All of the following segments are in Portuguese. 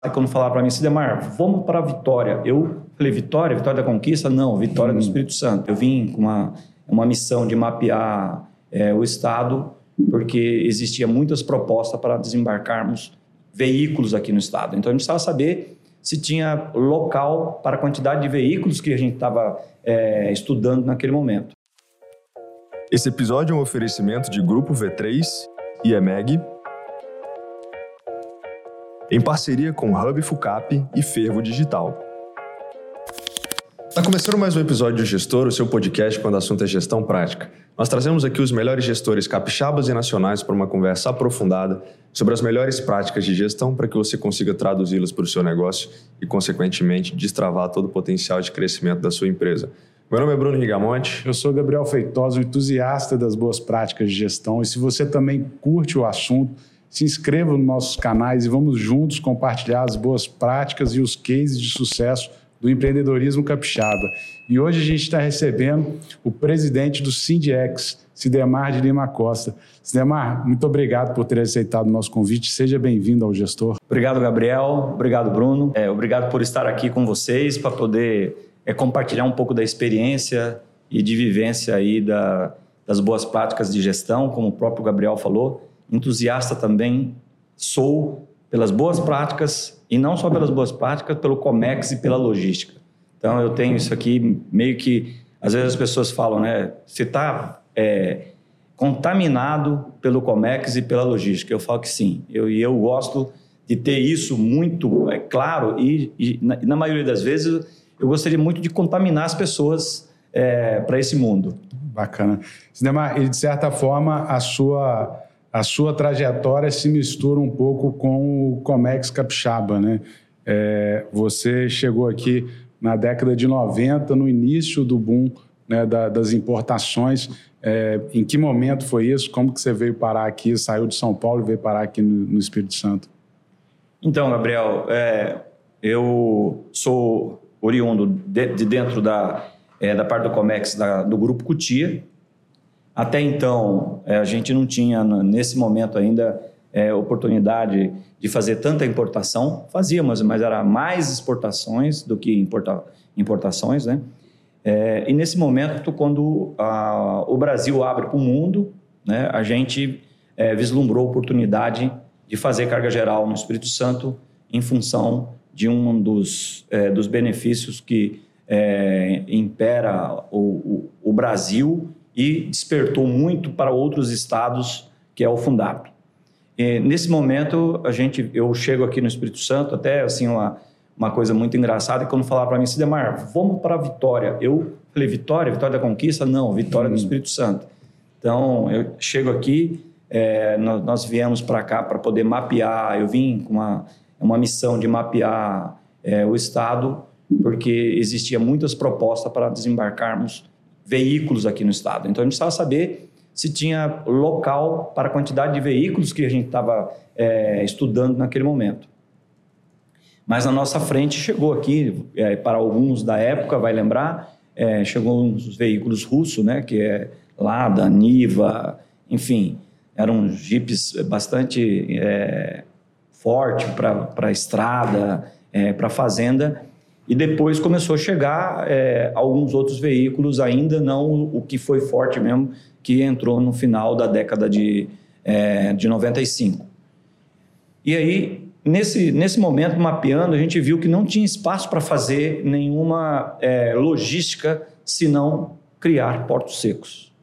Quando falaram para mim, Sidemar, vamos para Vitória. Eu falei, Vitória da Conquista? Não, Vitória do Espírito Santo. Eu vim com uma missão de mapear o estado, porque existia muitas propostas para desembarcarmos veículos aqui no estado. Então, a gente precisava saber se tinha local para a quantidade de veículos que a gente estava estudando naquele momento. Esse episódio é um oferecimento de Grupo V3 e EMEG, em parceria com Hub Fucap e Fervo Digital. Está começando mais um episódio do Gestor, o seu podcast quando o assunto é gestão prática. Nós trazemos aqui os melhores gestores capixabas e nacionais para uma conversa aprofundada sobre as melhores práticas de gestão para que você consiga traduzi-las para o seu negócio e, consequentemente, destravar todo o potencial de crescimento da sua empresa. Meu nome é Bruno Rigamonte. Eu sou Gabriel Feitosa, um entusiasta das boas práticas de gestão. E se você também curte o assunto, se inscreva nos nossos canais e vamos juntos compartilhar as boas práticas e os cases de sucesso do empreendedorismo capixaba. E hoje a gente está recebendo o presidente do Sindiex, Sidemar de Lima Costa. Sidemar, muito obrigado por ter aceitado o nosso convite. Seja bem-vindo ao Gestor. Obrigado, Gabriel. Obrigado, Bruno. Obrigado por estar aqui com vocês para poder compartilhar um pouco da experiência e de vivência aí das boas práticas de gestão, como o próprio Gabriel falou. Entusiasta também sou pelas boas práticas, e não só pelas boas práticas, pelo Comex e pela logística. Então, eu tenho isso aqui meio que... Às vezes as pessoas falam, né? Você está contaminado pelo Comex e pela logística. Eu falo que sim. Eu gosto de ter isso muito claro e na maioria das vezes, eu gostaria muito de contaminar as pessoas para esse mundo. Bacana. Sidemar, e de certa forma, a sua trajetória se mistura um pouco com o Comex capixaba, né? Você chegou aqui na década de 90, no início do boom, né, das importações. Em que momento foi isso? Como que você veio parar aqui, saiu de São Paulo e veio parar aqui no Espírito Santo? Então, Gabriel, eu sou oriundo de dentro da parte do Comex do Grupo Cutia. Até então, a gente não tinha, nesse momento ainda, oportunidade de fazer tanta importação. Fazíamos, mas era mais exportações do que importações, né? E nesse momento, quando o Brasil abre para o mundo, né, a gente vislumbrou a oportunidade de fazer carga geral no Espírito Santo em função de um dos benefícios que impera o Brasil e despertou muito para outros estados, que é o Fundap. E nesse momento, eu chego aqui no Espírito Santo, até assim, uma coisa muito engraçada, quando falaram para mim, Sidemar, vamos para Vitória. Eu falei, Vitória da Conquista? Não, Vitória do Espírito Santo. Então, eu chego aqui, nós viemos para cá para poder mapear, eu vim com uma missão de mapear o estado, porque existia muitas propostas para desembarcarmos veículos aqui no estado. Então, a gente precisava saber se tinha local para a quantidade de veículos que a gente estava estudando naquele momento. Mas na nossa frente chegou aqui, para alguns da época, vai lembrar, chegou uns veículos russos, né, que é Lada, Niva, enfim, eram jipes bastante fortes para a estrada, para a fazenda. E depois começou a chegar alguns outros veículos, ainda não o que foi forte mesmo, que entrou no final da década de 95. E aí, nesse momento, mapeando, a gente viu que não tinha espaço para fazer nenhuma logística, senão criar portos secos.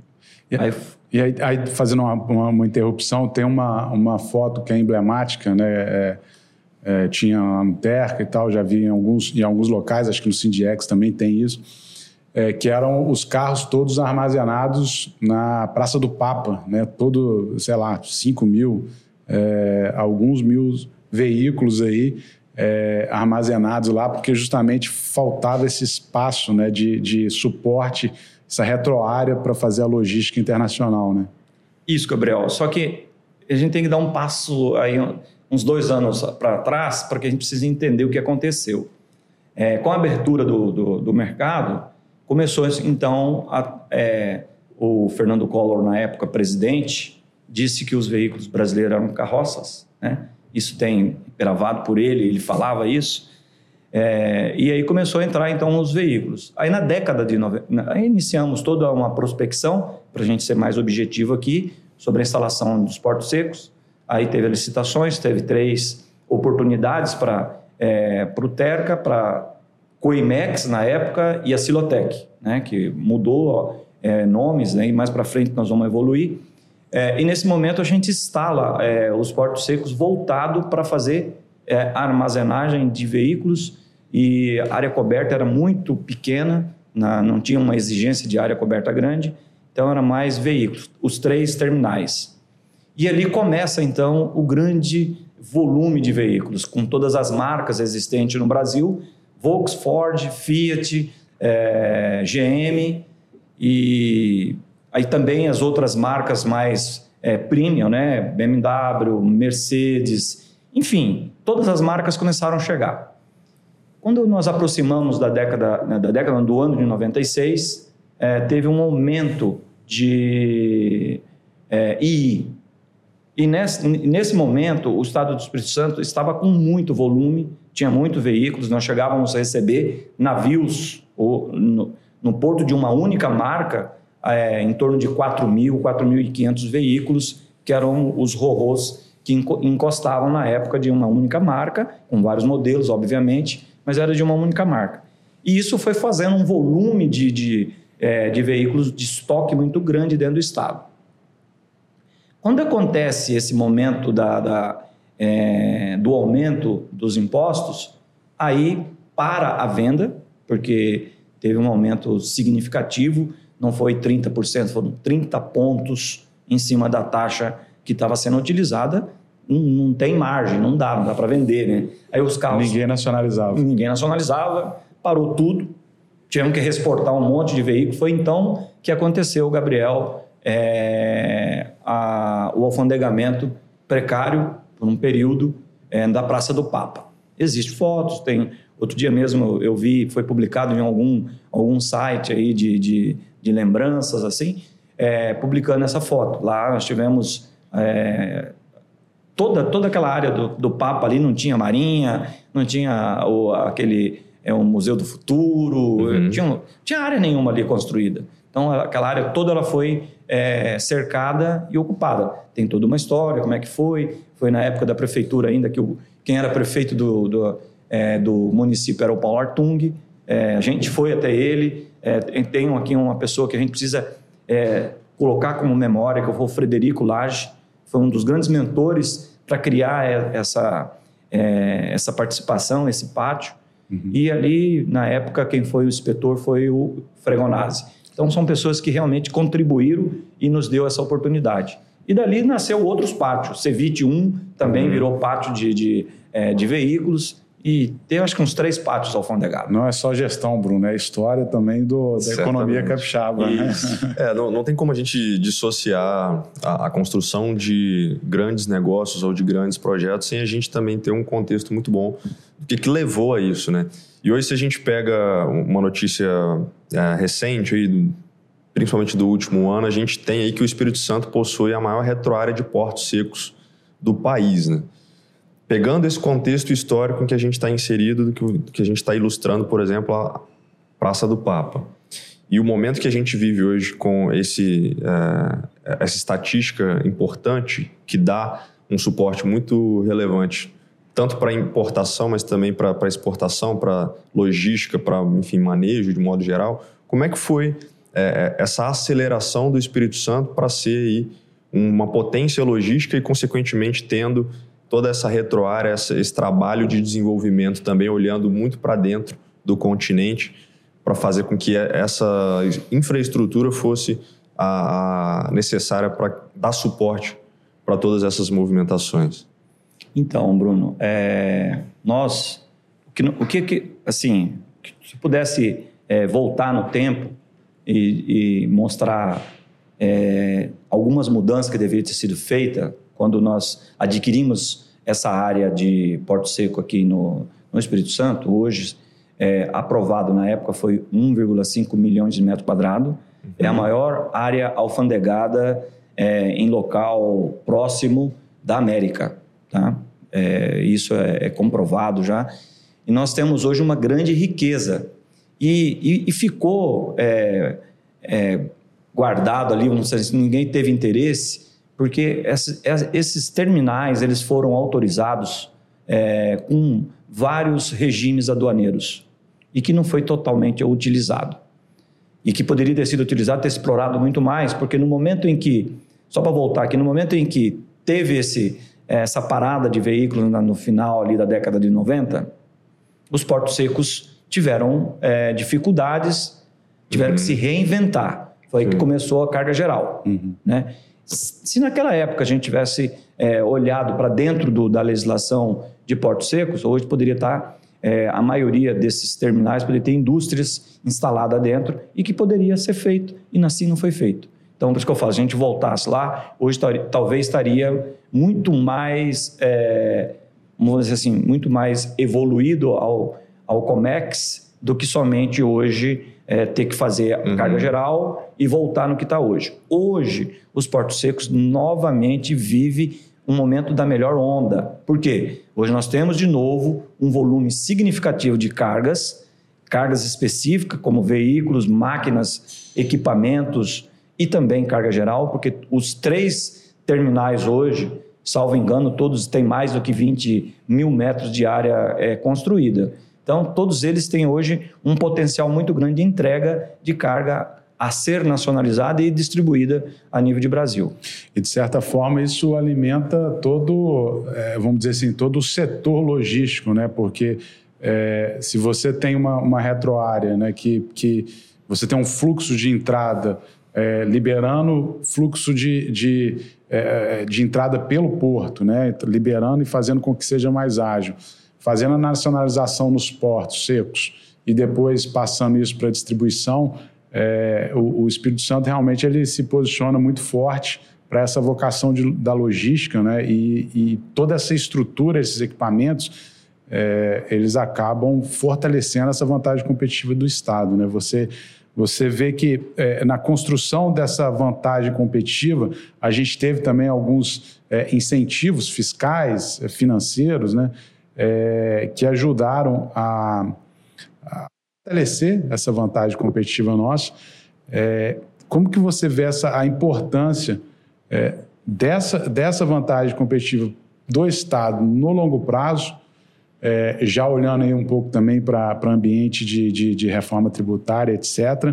E aí fazendo uma interrupção, tem uma foto que é emblemática, né? Tinha no Terca e tal, já vi em alguns locais, acho que no Sindiex também tem isso, que eram os carros todos armazenados na Praça do Papa, né? Todo, sei lá, 5 mil, alguns mil veículos aí armazenados lá, porque justamente faltava esse espaço, né, de suporte, essa retroárea para fazer a logística internacional, né? Isso, Gabriel. Só que a gente tem que dar um passo aí, uns 2 anos para trás, para que a gente precise entender o que aconteceu. Com a abertura do mercado, começou então o Fernando Collor, na época presidente, disse que os veículos brasileiros eram carroças, né? isso tem gravado por ele falava isso. E aí começou a entrar, então, os veículos. Aí, na década de 90, aí iniciamos toda uma prospecção, para a gente ser mais objetivo aqui, sobre a instalação dos portos secos. Aí teve licitações, teve 3 oportunidades para o Terca, para Coimex, na época, e a Silotec, né, que mudou nomes, né, e mais para frente nós vamos evoluir. E nesse momento a gente instala os portos secos voltado para fazer armazenagem de veículos, e a área coberta era muito pequena, não tinha uma exigência de área coberta grande, então era mais veículos, os 3 terminais. E ali começa então o grande volume de veículos, com todas as marcas existentes no Brasil, Volkswagen, Ford, Fiat, GM, e aí também as outras marcas mais premium, né? BMW, Mercedes, enfim, todas as marcas começaram a chegar. Quando nós aproximamos da década do ano de 96, teve um aumento de II. E nesse momento, o Estado do Espírito Santo estava com muito volume, tinha muitos veículos, nós chegávamos a receber navios no porto de uma única marca, em torno de 4.000, 4.500 veículos, que eram os ro-ros que encostavam na época de uma única marca, com vários modelos, obviamente, mas era de uma única marca. E isso foi fazendo um volume de veículos de estoque muito grande dentro do Estado. Quando acontece esse momento do aumento dos impostos, aí para a venda, porque teve um aumento significativo, não foi 30%, foram 30 pontos em cima da taxa que estava sendo utilizada, não tem margem, não dá para vender, né? Aí os carros... Ninguém nacionalizava, parou tudo, tivemos que reexportar um monte de veículos. Foi então que aconteceu, Gabriel, o alfandegamento precário por um período da Praça do Papa. Existem fotos, outro dia mesmo eu vi, foi publicado em algum site aí de lembranças, assim, publicando essa foto. Lá nós tivemos toda aquela área do Papa ali, não tinha marinha, não tinha o Museu do Futuro, não tinha área nenhuma ali construída. Então, aquela área toda ela foi cercada e ocupada. Tem toda uma história, como é que foi. Foi na época da prefeitura ainda, que quem era prefeito do município era o Paulo Artung. A gente foi até ele. Tem aqui uma pessoa que a gente precisa colocar como memória, que foi o Frederico Lage. Foi um dos grandes mentores para criar essa participação, esse pátio. E ali, na época, quem foi o inspetor foi o Fregonazzi. Então, são pessoas que realmente contribuíram e nos deu essa oportunidade. E dali nasceu outros pátios. Cevite 1 também virou pátio de veículos. E tem, acho que, uns 3 pátios alfandegados. Não é só gestão, Bruno, é história também da economia capixaba. Né? Não tem como a gente dissociar a construção de grandes negócios ou de grandes projetos sem a gente também ter um contexto muito bom do que levou a isso, né? E hoje, se a gente pega uma notícia recente, aí, principalmente do último ano, a gente tem aí que o Espírito Santo possui a maior retroárea de portos secos do país, né? Pegando esse contexto histórico em que a gente está inserido, do que a gente está ilustrando, por exemplo, a Praça do Papa. E o momento que a gente vive hoje com essa estatística importante que dá um suporte muito relevante, tanto para importação, mas também para exportação, para logística, para, enfim, manejo de modo geral. Como é que foi essa aceleração do Espírito Santo para ser aí uma potência logística e, consequentemente, tendo toda essa retroárea, esse trabalho de desenvolvimento também, olhando muito para dentro do continente, para fazer com que essa infraestrutura fosse a necessária para dar suporte para todas essas movimentações? Então, Bruno, assim, se pudesse voltar no tempo e mostrar algumas mudanças que deveriam ter sido feitas quando nós adquirimos essa área de Porto Seco aqui no Espírito Santo, hoje, aprovado na época, foi 1,5 milhões de metros quadrados. É a maior área alfandegada em local próximo da América. Tá? Isso é comprovado já. E nós temos hoje uma grande riqueza. E ficou guardado ali, não sei se ninguém teve interesse, porque esses terminais eles foram autorizados com vários regimes aduaneiros e que não foi totalmente utilizado. E que poderia ter sido utilizado, ter explorado muito mais, porque no momento em que, só para voltar aqui, no momento em que teve essa parada de veículos no final ali da década de 90, os portos secos tiveram dificuldades, tiveram que se reinventar. Foi aí que começou a carga geral. Né? Se naquela época a gente tivesse olhado para dentro da legislação de portos secos, hoje poderia estar, a maioria desses terminais poderia ter indústrias instaladas dentro e que poderia ser feito, e assim não foi feito. Então, por isso que eu falo, se a gente voltasse lá, hoje talvez estaria muito mais, vamos dizer assim, muito mais evoluído ao Comex do que somente hoje ter que fazer a carga geral e voltar no que está hoje. Hoje, os portos secos novamente vivem um momento da melhor onda. Por quê? Hoje nós temos, de novo, um volume significativo de cargas específicas, como veículos, máquinas, equipamentos e também carga geral, porque os 3 terminais hoje, salvo engano, todos têm mais do que 20 mil metros de área construída. Então, todos eles têm hoje um potencial muito grande de entrega de carga a ser nacionalizada e distribuída a nível de Brasil. E, de certa forma, isso alimenta todo, vamos dizer assim, todo o setor logístico, né? Porque se você tem uma retroárea, né, que você tem um fluxo de entrada liberando fluxo de entrada pelo porto, né? Liberando e fazendo com que seja mais ágil, fazendo a nacionalização nos portos secos e depois passando isso para a distribuição, o Espírito Santo realmente ele se posiciona muito forte para essa vocação da logística, né? E toda essa estrutura, esses equipamentos, eles acabam fortalecendo essa vantagem competitiva do Estado, né? Você vê que na construção dessa vantagem competitiva, a gente teve também alguns incentivos fiscais, financeiros, né? Que ajudaram a fortalecer essa vantagem competitiva nossa. Como que você vê a importância dessa vantagem competitiva do Estado no longo prazo, já olhando aí um pouco também para o ambiente de reforma tributária, etc.,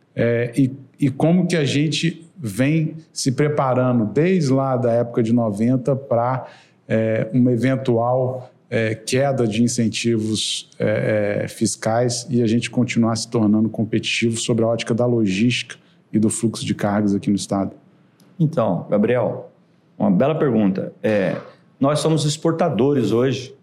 e como que a gente vem se preparando desde lá da época de 90 para uma eventual queda de incentivos fiscais e a gente continuar se tornando competitivo sobre a ótica da logística e do fluxo de cargas aqui no Estado? Então, Gabriel, uma bela pergunta. Nós somos exportadores hoje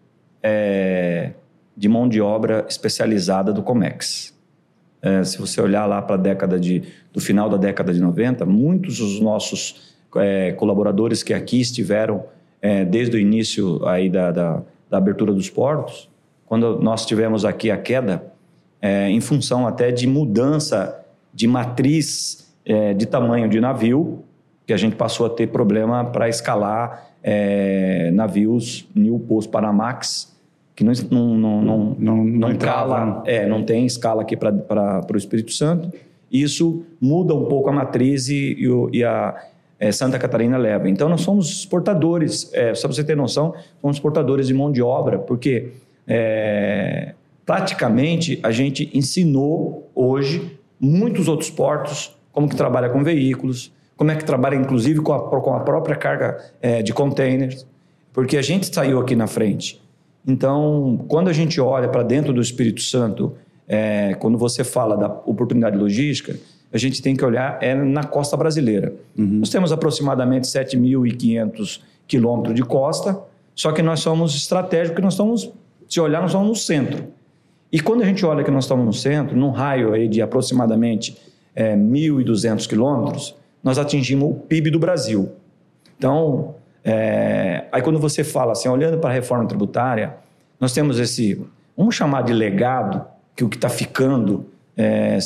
de mão de obra especializada do Comex. Se você olhar lá para do final da década de 90, muitos dos nossos colaboradores que aqui estiveram desde o início aí da abertura dos portos, quando nós tivemos aqui a queda, em função até de mudança de matriz de tamanho de navio, que a gente passou a ter problema para escalar navios New Post Panamax, que não escala, não tem escala aqui para o Espírito Santo. Isso muda um pouco a matriz e a Santa Catarina leva. Então, nós somos exportadores, só para você ter noção, somos exportadores de mão de obra, porque praticamente a gente ensinou hoje muitos outros portos como que trabalha com veículos, como é que trabalha inclusive com a própria carga de containers, porque a gente saiu aqui na frente. Então, quando a gente olha para dentro do Espírito Santo, quando você fala da oportunidade logística, a gente tem que olhar na costa brasileira. Nós temos aproximadamente 7.500 quilômetros de costa, só que nós somos estratégicos, porque nós estamos, se olhar, nós estamos no centro. E quando a gente olha que nós estamos no centro, num raio aí de aproximadamente 1.200 quilômetros, nós atingimos o PIB do Brasil. Então, aí quando você fala assim, olhando para a reforma tributária, nós temos vamos chamar de legado, que o que está ficando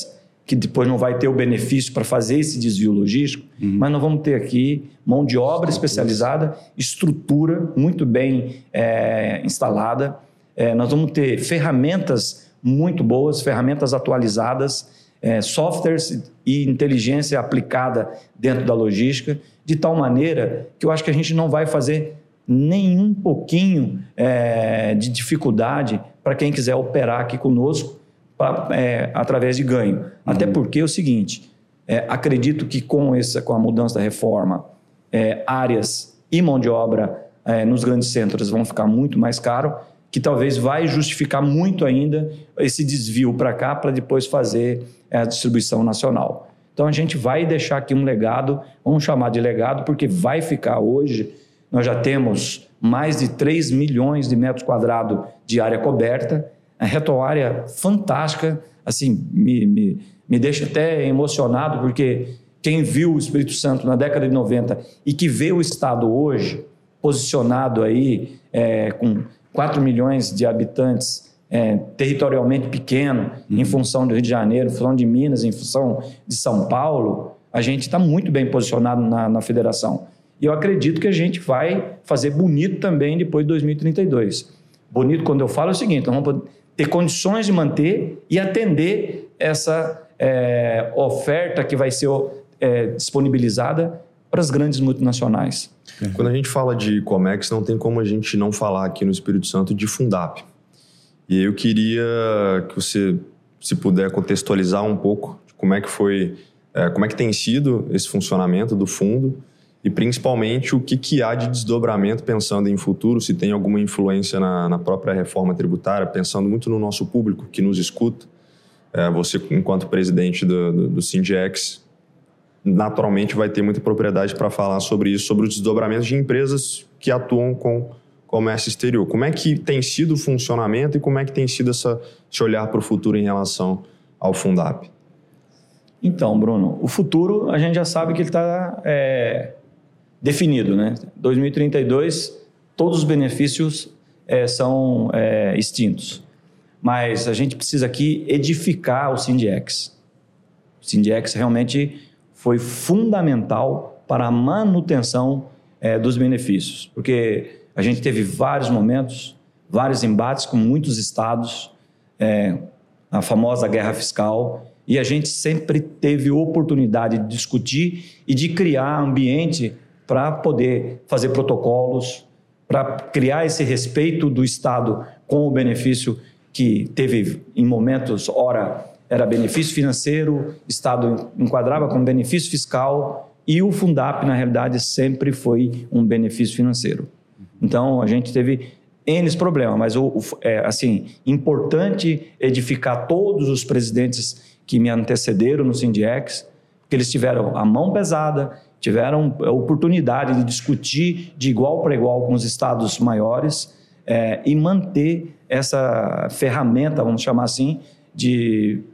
que depois não vai ter o benefício para fazer esse desvio logístico, mas nós vamos ter aqui mão de obra especializada, estrutura muito bem instalada, nós vamos ter ferramentas muito boas, ferramentas atualizadas, softwares e inteligência aplicada dentro da logística, de tal maneira que eu acho que a gente não vai fazer nenhum pouquinho de dificuldade para quem quiser operar aqui conosco através de ganho. Até porque é o seguinte, acredito que com a mudança da reforma, áreas e mão de obra nos grandes centros vão ficar muito mais caro, que talvez vai justificar muito ainda esse desvio para cá, para depois fazer a distribuição nacional. Então, a gente vai deixar aqui um legado, vamos chamar de legado, porque vai ficar hoje, nós já temos mais de 3 milhões de metros quadrados de área coberta, a retoárea fantástica, assim, me deixa até emocionado, porque quem viu o Espírito Santo na década de 90 e que vê o Estado hoje posicionado aí com 4 milhões de habitantes, territorialmente pequeno, em função do Rio de Janeiro, em função de Minas, em função de São Paulo, a gente está muito bem posicionado na federação. E eu acredito que a gente vai fazer bonito também depois de 2032. Bonito, quando eu falo, é o seguinte, nós vamos ter condições de manter e atender essa oferta que vai ser disponibilizada para as grandes multinacionais. Quando a gente fala de Comex, não tem como a gente não falar aqui no Espírito Santo de Fundap. E eu queria que você, se puder, contextualizar um pouco de como é que tem sido esse funcionamento do fundo e principalmente o que há de desdobramento pensando em futuro, se tem alguma influência na própria reforma tributária, pensando muito no nosso público que nos escuta. Você, enquanto presidente do Sindex, naturalmente vai ter muita propriedade para falar sobre isso, sobre os desdobramentos de empresas que atuam com comércio exterior. Como é que tem sido o funcionamento e como é que tem sido esse olhar para o futuro em relação ao Fundap? Então, Bruno, o futuro a gente já sabe que ele está definido, né? 2032, todos os benefícios são extintos. Mas a gente precisa aqui edificar o Sindex. O Sindex realmente foi fundamental para a manutenção dos benefícios, porque a gente teve vários momentos, vários embates com muitos estados, a famosa guerra fiscal, e a gente sempre teve oportunidade de discutir e de criar ambiente para poder fazer protocolos, para criar esse respeito do Estado com o benefício que teve em momentos, ora era benefício financeiro, o Estado enquadrava como benefício fiscal e o Fundap, na realidade, sempre foi um benefício financeiro. Então, a gente teve N problemas, mas assim, importante edificar todos os presidentes que me antecederam no Sindex, porque eles tiveram a mão pesada, tiveram a oportunidade de discutir de igual para igual com os estados maiores e manter essa ferramenta, vamos chamar assim, de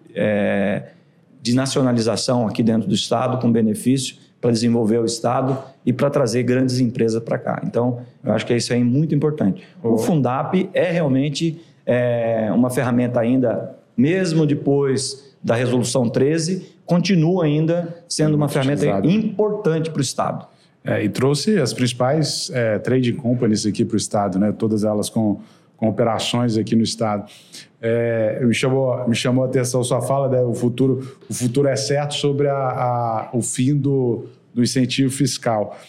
nacionalização aqui dentro do Estado, com benefício para desenvolver o Estado e para trazer grandes empresas para cá. Então, eu acho que isso é muito importante. O Fundap é realmente uma ferramenta ainda, mesmo depois da Resolução 13, continua ainda sendo uma ferramenta importante para o Estado. E trouxe as principais trading companies aqui para o Estado, né? Todas elas com operações aqui no Estado. Me chamou a atenção sua fala, né? O futuro é certo sobre o fim do incentivo fiscal.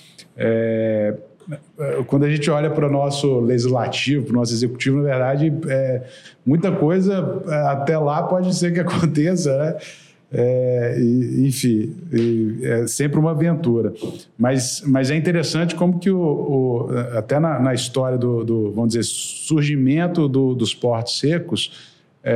Quando a gente olha para o nosso legislativo, para o nosso executivo, na verdade, muita coisa até lá pode ser que aconteça, né? Enfim, é sempre uma aventura. Mas é interessante como que até na história do vamos dizer, surgimento dos portos secos,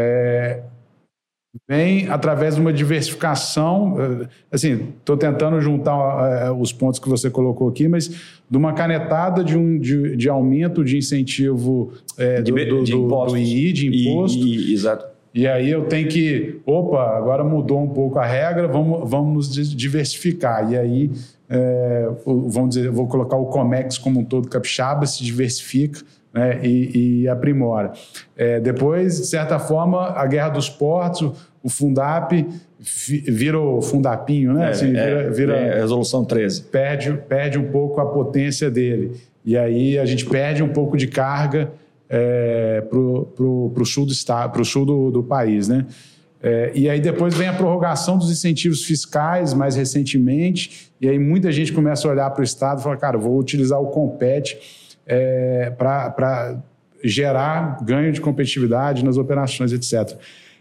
vem através de uma diversificação, assim, estou tentando juntar os pontos que você colocou aqui, mas de uma canetada de aumento de incentivo do II, de imposto. Exato. E aí eu tenho que, agora mudou um pouco a regra, vamos nos diversificar. E aí, vamos dizer, vou colocar o Comex como um todo capixaba, se diversifica né, e aprimora. Depois, de certa forma, a Guerra dos Portos, o Fundap vira o Fundapinho, né? Vira Resolução 13. Perde um pouco a potência dele. E aí a gente perde um pouco de carga para o sul do país, né? E aí depois vem a prorrogação dos incentivos fiscais mais recentemente, e aí muita gente começa a olhar para o Estado e fala, cara, vou utilizar o Compete para gerar ganho de competitividade nas operações, etc.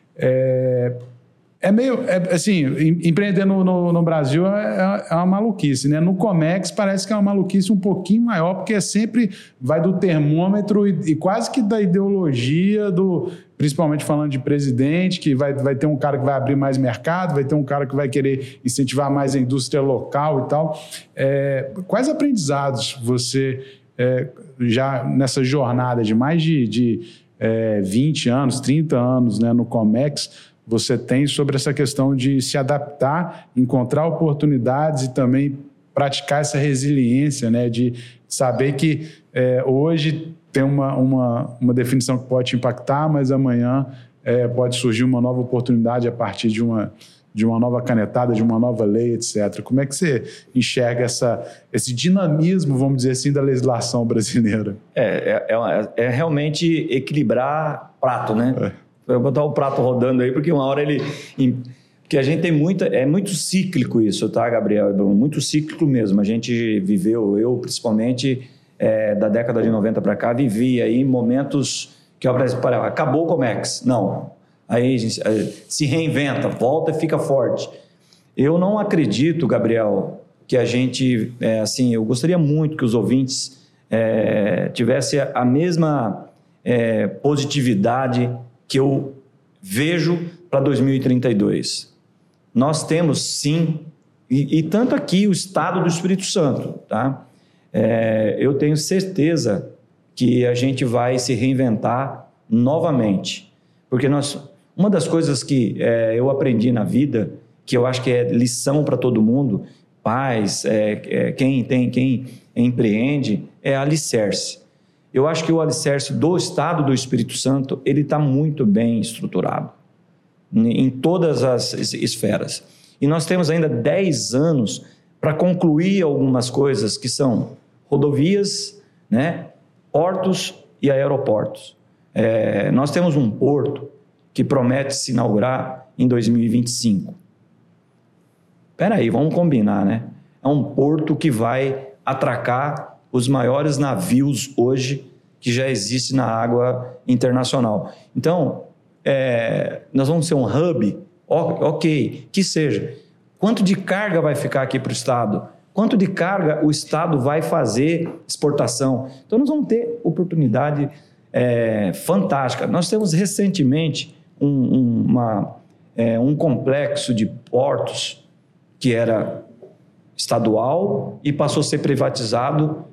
Assim, empreender no Brasil é uma maluquice, né? No Comex parece que é uma maluquice um pouquinho maior, porque sempre vai do termômetro e quase que da ideologia principalmente falando de presidente, que vai ter um cara que vai abrir mais mercado, vai ter um cara que vai querer incentivar mais a indústria local e tal. Quais aprendizados você, já nessa jornada de mais de 20 anos, 30 anos, né, no Comex, você tem sobre essa questão de se adaptar, encontrar oportunidades e também praticar essa resiliência, né, de saber que hoje tem uma definição que pode te impactar, mas amanhã pode surgir uma nova oportunidade a partir de uma nova canetada, de uma nova lei, etc. Como é que você enxerga esse dinamismo, vamos dizer assim, da legislação brasileira? É realmente equilibrar prato, né? Eu vou botar o prato rodando aí, porque uma hora porque a gente tem é muito cíclico isso, tá, Gabriel? Muito cíclico mesmo. A gente viveu, eu principalmente, da década de 90 para cá, vivi aí momentos que acabou o Comex. Não. Aí a gente se reinventa, volta e fica forte. Eu não acredito, Gabriel, que a gente, assim, eu gostaria muito que os ouvintes tivessem a mesma positividade que eu vejo para 2032. Nós temos, sim, e tanto aqui o Estado do Espírito Santo, tá? Eu tenho certeza que a gente vai se reinventar novamente, porque uma das coisas que eu aprendi na vida, que eu acho que é lição para todo mundo, pais, quem empreende, é alicerce. Eu acho que o alicerce do Estado do Espírito Santo, ele está muito bem estruturado, em todas as esferas. E nós temos ainda 10 anos para concluir algumas coisas que são rodovias, né, portos e aeroportos. Nós temos um porto que promete se inaugurar em 2025. Espera aí, vamos combinar, né? É um porto que vai atracar os maiores navios hoje que já existem na água internacional. Então, nós vamos ser um hub, ok, que seja. Quanto de carga vai ficar aqui para o Estado? Quanto de carga o Estado vai fazer exportação? Então, nós vamos ter oportunidade fantástica. Nós temos recentemente um complexo de portos que era estadual e passou a ser privatizado.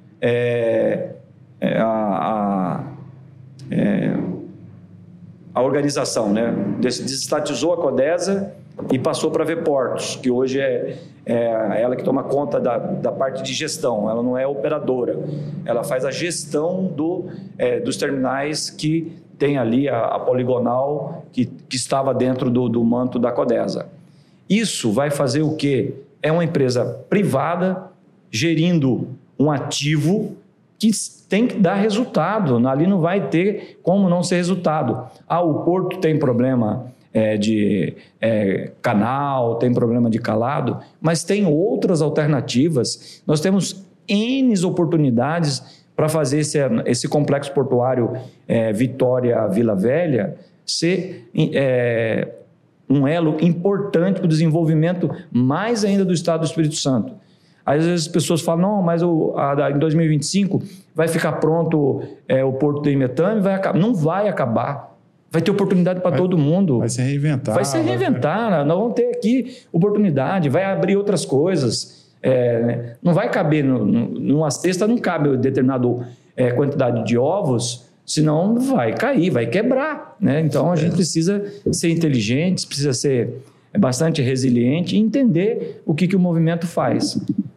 A organização, né, desestatizou a Codesa e passou para Veportos, que hoje é ela que toma conta da parte de gestão. Ela não é operadora, ela faz a gestão dos terminais que tem ali a poligonal que estava dentro do manto da Codesa. Isso vai fazer o quê? É uma empresa privada gerindo um ativo que tem que dar resultado. Ali não vai ter como não ser resultado. O porto tem problema de canal, tem problema de calado, mas tem outras alternativas. Nós temos N oportunidades para fazer esse complexo portuário Vitória-Vila Velha ser um elo importante para o desenvolvimento mais ainda do Estado do Espírito Santo. Às vezes as pessoas falam, não, mas em 2025 vai ficar pronto o Porto de Imetame, não vai acabar. Vai ter oportunidade para todo mundo. Vai se reinventar. Vai se reinventar. Nós vamos ter aqui oportunidade, vai abrir outras coisas. Não vai caber, numa cesta não cabe determinada quantidade de ovos, senão vai cair, vai quebrar, né? Então a gente precisa ser inteligente, precisa ser bastante resiliente e entender o que o movimento faz.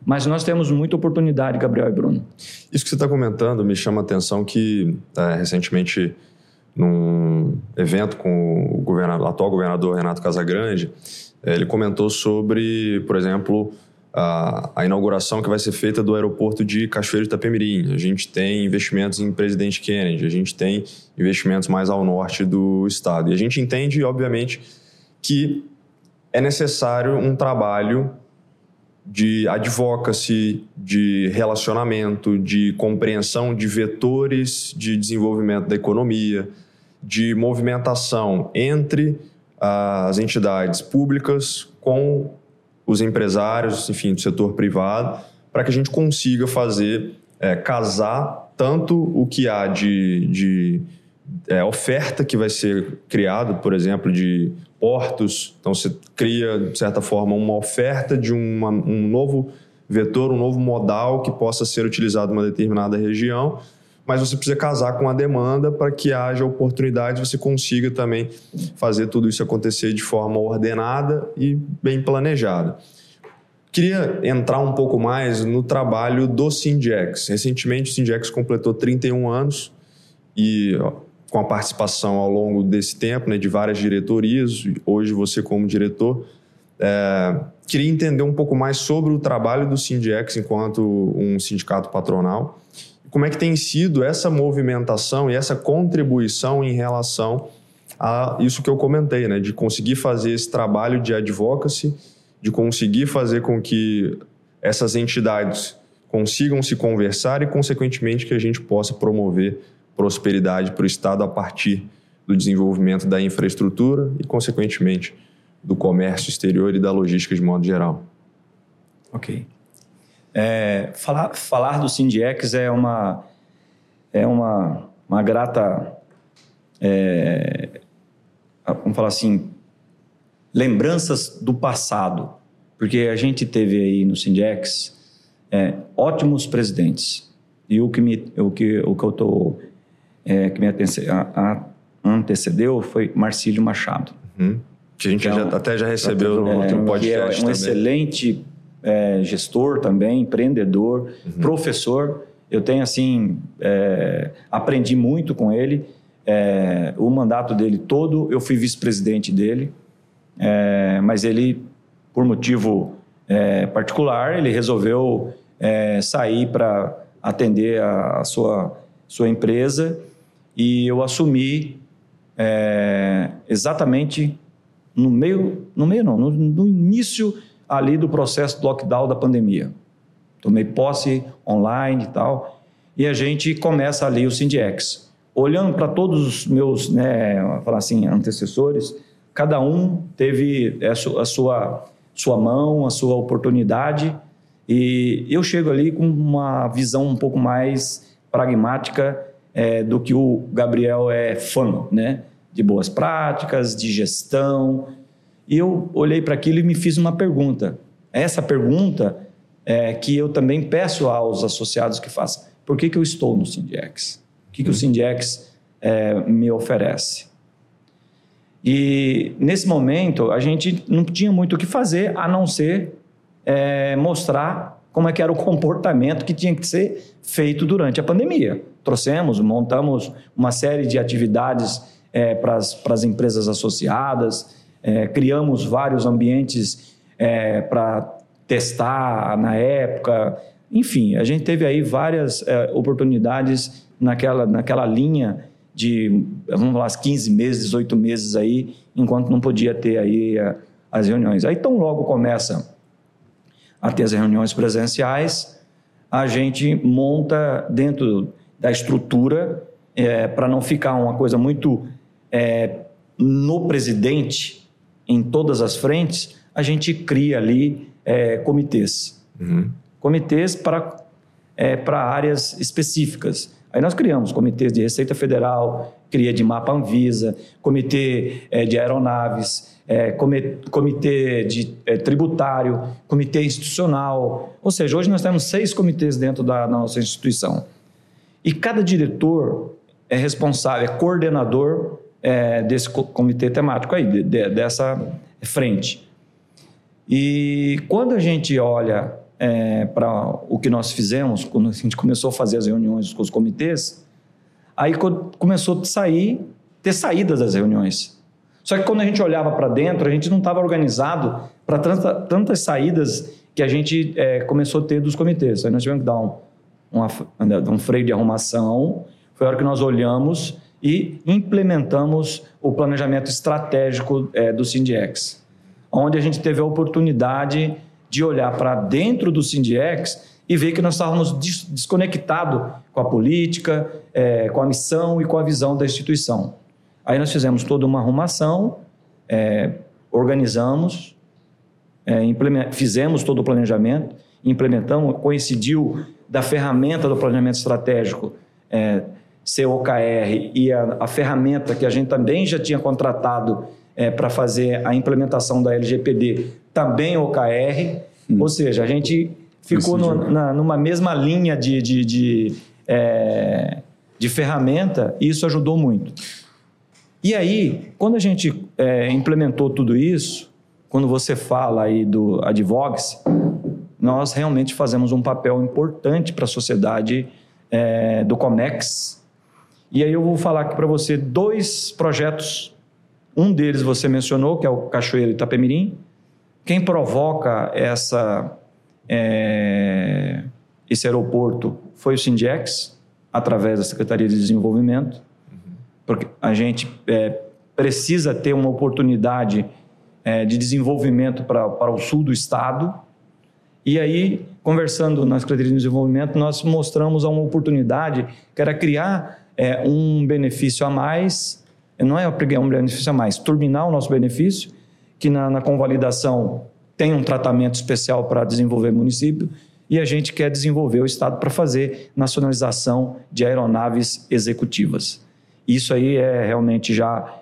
Mas nós temos muita oportunidade, Gabriel e Bruno. Isso que você está comentando me chama a atenção que, recentemente, num evento com o atual governador Renato Casagrande, ele comentou sobre, por exemplo, a inauguração que vai ser feita do aeroporto de Cachoeiro de Itapemirim. A gente tem investimentos em Presidente Kennedy, a gente tem investimentos mais ao norte do estado. E a gente entende, obviamente, que é necessário um trabalho de advocacy, de relacionamento, de compreensão de vetores de desenvolvimento da economia, de movimentação entre as entidades públicas com os empresários, enfim, do setor privado, para que a gente consiga fazer, casar tanto o que há de oferta que vai ser criado, por exemplo, de portos. Então, você cria, de certa forma, uma oferta de um novo vetor, um novo modal que possa ser utilizado em uma determinada região, mas você precisa casar com a demanda para que haja oportunidade, você consiga também fazer tudo isso acontecer de forma ordenada e bem planejada. Queria entrar um pouco mais no trabalho do Singex. Recentemente, o Singex completou 31 anos e com a participação ao longo desse tempo, né, de várias diretorias, hoje você como diretor, queria entender um pouco mais sobre o trabalho do Singex enquanto um sindicato patronal. Como é que tem sido essa movimentação e essa contribuição em relação a isso que eu comentei, né, de conseguir fazer esse trabalho de advocacy, de conseguir fazer com que essas entidades consigam se conversar e, consequentemente, que a gente possa promover prosperidade para o Estado a partir do desenvolvimento da infraestrutura e, consequentemente, do comércio exterior e da logística de modo geral. Ok. Falar do Singex é uma grata, vamos falar assim, lembranças do passado, porque a gente teve aí no Singex ótimos presidentes, e o que me antecedeu foi Marcílio Machado. Uhum. Que a gente até já recebeu no outro podcast. Que é um excelente gestor também, empreendedor, professor. Eu tenho, assim, aprendi muito com ele. O mandato dele todo, eu fui vice-presidente dele, mas ele, por motivo particular, ele resolveu sair para atender a sua empresa, e eu assumi exatamente no início ali do processo do lockdown da pandemia. Tomei posse online e tal, e a gente começa ali o Singex. Olhando para todos os meus, falar assim, antecessores, cada um teve a sua mão, a sua oportunidade, e eu chego ali com uma visão um pouco mais pragmática do que o Gabriel é fã, né? De boas práticas, de gestão. E eu olhei para aquilo e me fiz uma pergunta. Essa pergunta que eu também peço aos associados que façam. Por que eu estou no Singex? O que o Singex me oferece? E nesse momento a gente não tinha muito o que fazer a não ser mostrar como é que era o comportamento que tinha que ser feito durante a pandemia. Montamos uma série de atividades para as empresas associadas, criamos vários ambientes para testar na época. Enfim, a gente teve aí várias oportunidades naquela linha de, vamos falar, 15 meses, 18 meses aí, enquanto não podia ter aí as reuniões. Aí, tão logo começa a ter as reuniões presenciais, a gente monta dentro da estrutura, para não ficar uma coisa muito no presidente, em todas as frentes, a gente cria ali comitês. Comitês para áreas específicas. Aí nós criamos comitês de Receita Federal, cria de Mapa Anvisa, comitê de aeronaves, comitê de tributário, comitê institucional. Ou seja, hoje nós temos 6 comitês dentro da nossa instituição. E cada diretor é responsável, é coordenador desse comitê temático aí, dessa frente. E quando a gente olha para o que nós fizemos, quando a gente começou a fazer as reuniões com os comitês, aí começou a ter saídas das reuniões. Só que quando a gente olhava para dentro, a gente não estava organizado para tantas saídas que a gente começou a ter dos comitês. Aí nós tivemos que dar um freio de arrumação. Foi a hora que nós olhamos e implementamos o planejamento estratégico do Sindiex, onde a gente teve a oportunidade de olhar para dentro do Sindiex e ver que nós estávamos desconectados com a política, com a missão e com a visão da instituição. Aí nós fizemos toda uma arrumação, organizamos, fizemos todo o planejamento, implementamos, coincidiu da ferramenta do planejamento estratégico ser OKR e a ferramenta que a gente também já tinha contratado para fazer a implementação da LGPD, também OKR, ou seja, a gente ficou numa mesma linha de ferramenta e isso ajudou muito. E aí, quando a gente implementou tudo isso, quando você fala aí do Advocacy, nós realmente fazemos um papel importante para a sociedade do Comex. E aí eu vou falar aqui para você 2 projetos. Um deles você mencionou, que é o Cachoeiro Itapemirim. Quem provoca esse aeroporto foi o Sindiex, através da Secretaria de Desenvolvimento, porque a gente precisa ter uma oportunidade de desenvolvimento para o sul do estado. E aí, conversando na Secretaria de Desenvolvimento, nós mostramos uma oportunidade que era criar um benefício a mais, não é um benefício a mais, turbinar o nosso benefício, que na convalidação tem um tratamento especial para desenvolver município, e a gente quer desenvolver o estado para fazer nacionalização de aeronaves executivas. Isso aí realmente já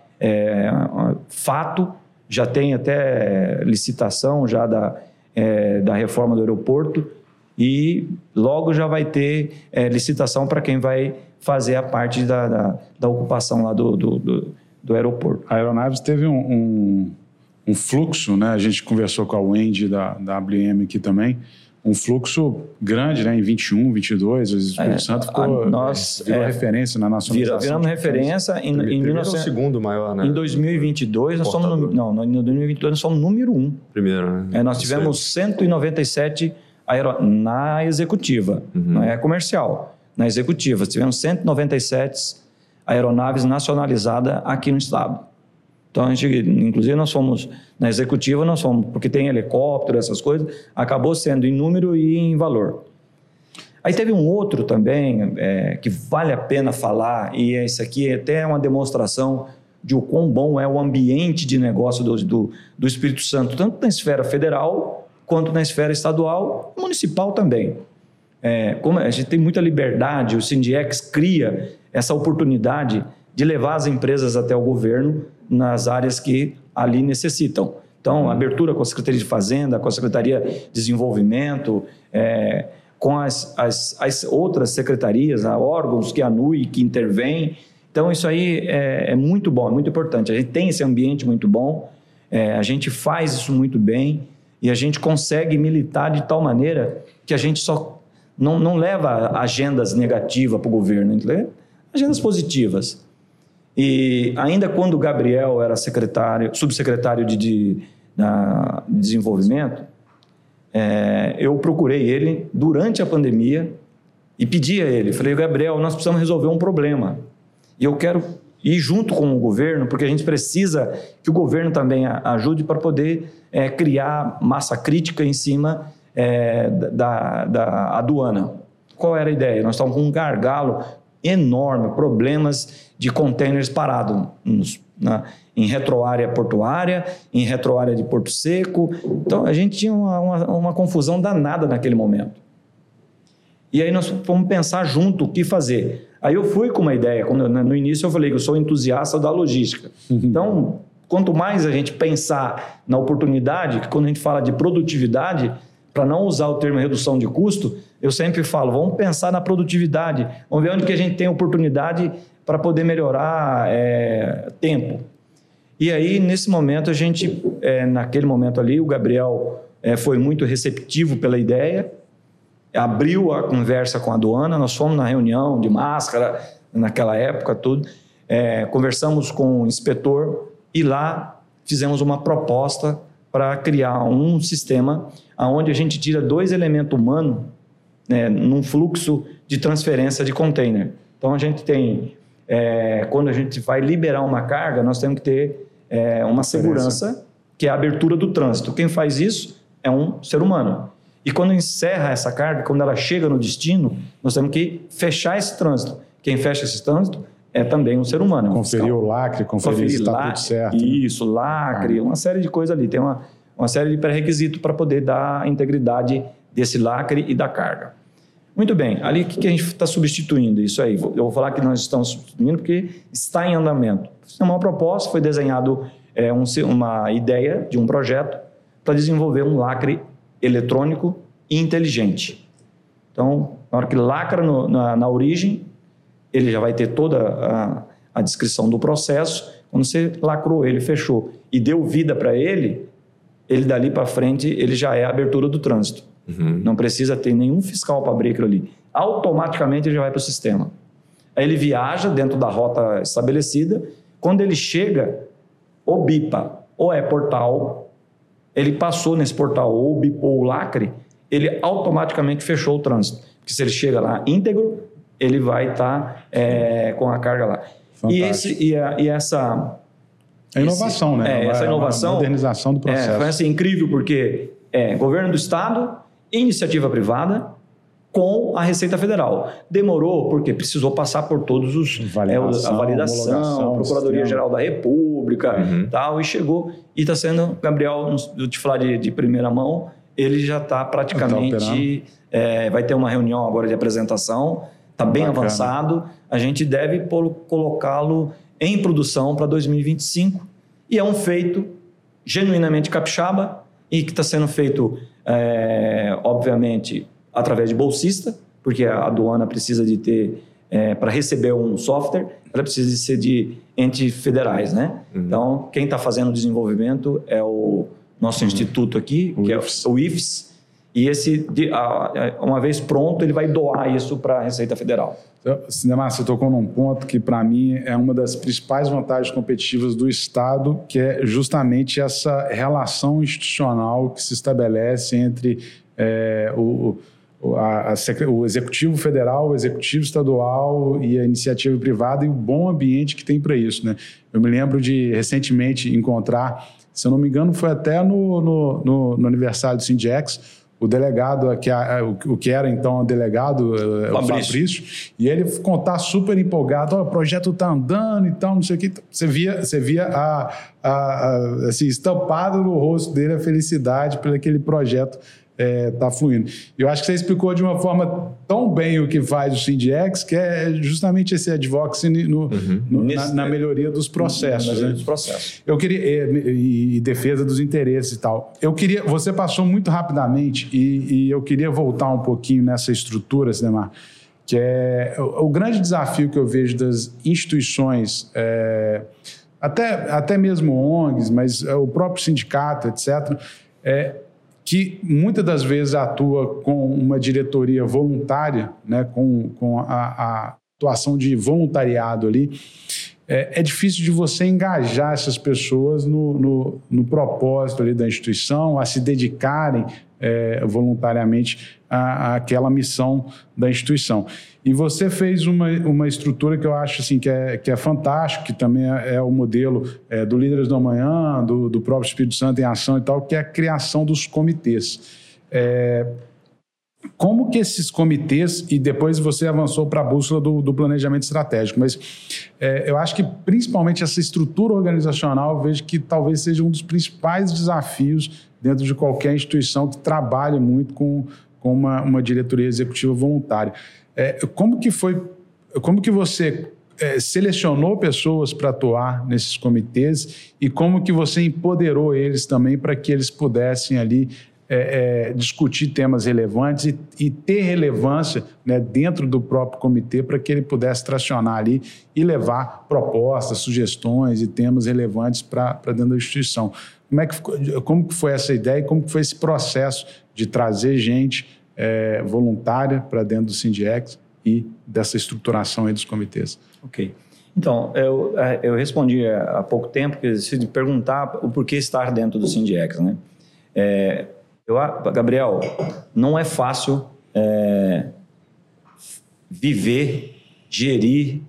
fato, já tem até licitação já da reforma do aeroporto e logo já vai ter licitação para quem vai fazer a parte da ocupação lá do aeroporto. A Aeronaves teve um fluxo, né? A gente conversou com a Wendy da WM aqui também, um fluxo grande, né? Em 21, 22, o Espírito Santo virou referência na nacionalização. Viramos referência em 1900. O segundo maior, né? Em 2022, nós somos em 2022 nós somos número 1. Primeiro, né? Nós tivemos 197 na executiva, não é comercial. Na executiva, tivemos 197 aeronaves nacionalizadas aqui no estado. Então, a gente, inclusive, nós fomos, na executiva, nós fomos, porque tem helicóptero, essas coisas, acabou sendo em número e em valor. Aí teve um outro também, que vale a pena falar, e esse aqui até é uma demonstração de o quão bom é o ambiente de negócio do Espírito Santo, tanto na esfera federal, quanto na esfera estadual e municipal também. Como a gente tem muita liberdade, o Sindiex cria essa oportunidade de levar as empresas até o governo nas áreas que ali necessitam. Então, abertura com a Secretaria de Fazenda, com a Secretaria de Desenvolvimento, com as outras secretarias, órgãos que anuem, que intervêm. Então, isso aí é muito bom, é muito importante. A gente tem esse ambiente muito bom, a gente faz isso muito bem e a gente consegue militar de tal maneira que a gente só não leva agendas negativas para o governo, entendeu? Agendas positivas. E ainda quando o Gabriel era subsecretário de desenvolvimento, eu procurei ele durante a pandemia e pedi a ele, falei, Gabriel, nós precisamos resolver um problema. E eu quero ir junto com o governo, porque a gente precisa que o governo também ajude para poder criar massa crítica em cima da aduana. Qual era a ideia? Nós estávamos com um gargalo enorme, problemas de containers parados em retroárea portuária, em retroárea de Porto Seco. Então, a gente tinha uma confusão danada naquele momento. E aí nós fomos pensar junto o que fazer. Aí eu fui com uma ideia, no início eu falei que eu sou entusiasta da logística. Então, quanto mais a gente pensar na oportunidade, que quando a gente fala de produtividade, para não usar o termo redução de custo, eu sempre falo, vamos pensar na produtividade, vamos ver onde que a gente tem oportunidade para poder melhorar tempo. E aí, nesse momento, naquele momento ali, o Gabriel foi muito receptivo pela ideia, abriu a conversa com a aduana, nós fomos na reunião de máscara, naquela época, tudo, conversamos com o inspetor e lá fizemos uma proposta para criar um sistema onde a gente tira 2 elementos humanos, né, num fluxo de transferência de container. Então, a gente tem, quando a gente vai liberar uma carga, nós temos que ter uma segurança, que é a abertura do trânsito. Quem faz isso é um ser humano. E quando encerra essa carga, quando ela chega no destino, nós temos que fechar esse trânsito. Quem fecha esse trânsito é também um ser humano. Conferir o lacre, conferir se está tudo certo. Isso, lacre, uma série de coisas ali. Tem uma série de pré-requisitos para poder dar a integridade desse lacre e da carga. Muito bem, ali o que a gente está substituindo? Isso aí, eu vou falar que nós estamos substituindo porque está em andamento. É uma proposta, foi desenhado uma ideia de um projeto para desenvolver um lacre eletrônico e inteligente. Então, na hora que lacra na origem, ele já vai ter toda a descrição do processo. Quando você lacrou ele, fechou e deu vida para ele dali para frente, ele já é a abertura do trânsito. Uhum. Não precisa ter nenhum fiscal para abrir aquilo ali. Automaticamente ele já vai para o sistema. Aí ele viaja dentro da rota estabelecida. Quando ele chega, ou bipa ou é portal, ele passou nesse portal ou bipou o lacre, ele automaticamente fechou o trânsito. Porque se ele chega lá íntegro, ele vai estar com a carga lá. Essa... A inovação, né? Essa inovação... A modernização do processo. Foi assim, incrível, porque governo do Estado, iniciativa privada, com a Receita Federal. Demorou porque precisou passar por todos os... a validação, a Procuradoria-Geral da República, tal, e chegou. E está sendo, Gabriel, eu te falar de primeira mão, ele já está praticamente... vai ter uma reunião agora de apresentação, está bem avançado. A gente deve colocá-lo em produção para 2025. E é um feito genuinamente capixaba e que está sendo feito, obviamente, através de bolsista, porque a aduana precisa de ter, para receber um software, ela precisa de ser de entes federais, né? Então, quem está fazendo o desenvolvimento é o nosso instituto aqui, que é o IFES, e uma vez pronto, ele vai doar isso para a Receita Federal. Cinemar, você tocou num ponto que, para mim, é uma das principais vantagens competitivas do Estado, que é justamente essa relação institucional que se estabelece entre o Executivo Federal, o Executivo Estadual e a iniciativa privada, e o bom ambiente que tem para isso, né? Eu me lembro de, recentemente, encontrar, se eu não me engano, foi até no aniversário do Sindex, o delegado, o que era então o delegado, o Fabrício, e ele contar super empolgado, o projeto está andando e tal, não sei o que. Você via assim, estampado no rosto dele a felicidade por aquele projeto tá fluindo. Eu acho que você explicou de uma forma tão bem o que faz o Sindex, que é justamente esse advocacy na melhoria dos processos. Dos processos. Eu queria, e defesa dos interesses e tal. Você passou muito rapidamente e eu queria voltar um pouquinho nessa estrutura, Cinemar, que é o grande desafio que eu vejo das instituições, até mesmo ONGs, mas o próprio sindicato, etc., que muitas das vezes atua com uma diretoria voluntária, né, com a atuação de voluntariado ali, é difícil de você engajar essas pessoas no propósito ali da instituição, a se dedicarem voluntariamente àquela missão da instituição. E você fez uma estrutura que eu acho assim, que é fantástico, que também é o modelo do Líderes do Amanhã, do próprio Espírito Santo em Ação e tal, que é a criação dos comitês. Como que esses comitês, e depois você avançou para a bússola do planejamento estratégico, mas eu acho que principalmente essa estrutura organizacional, eu vejo que talvez seja um dos principais desafios dentro de qualquer instituição que trabalha muito com uma diretoria executiva voluntária. Como que você selecionou pessoas para atuar nesses comitês e como que você empoderou eles também para que eles pudessem ali discutir temas relevantes e ter relevância, né, dentro do próprio comitê para que ele pudesse tracionar ali e levar propostas, sugestões e temas relevantes para dentro da instituição. Como que foi essa ideia e como que foi esse processo de trazer gente voluntária para dentro do Sindiex e dessa estruturação aí dos comitês? Ok. Então, eu respondi há pouco tempo, que se perguntar o porquê estar dentro do Sindiex, né? Gabriel, não é fácil viver, gerir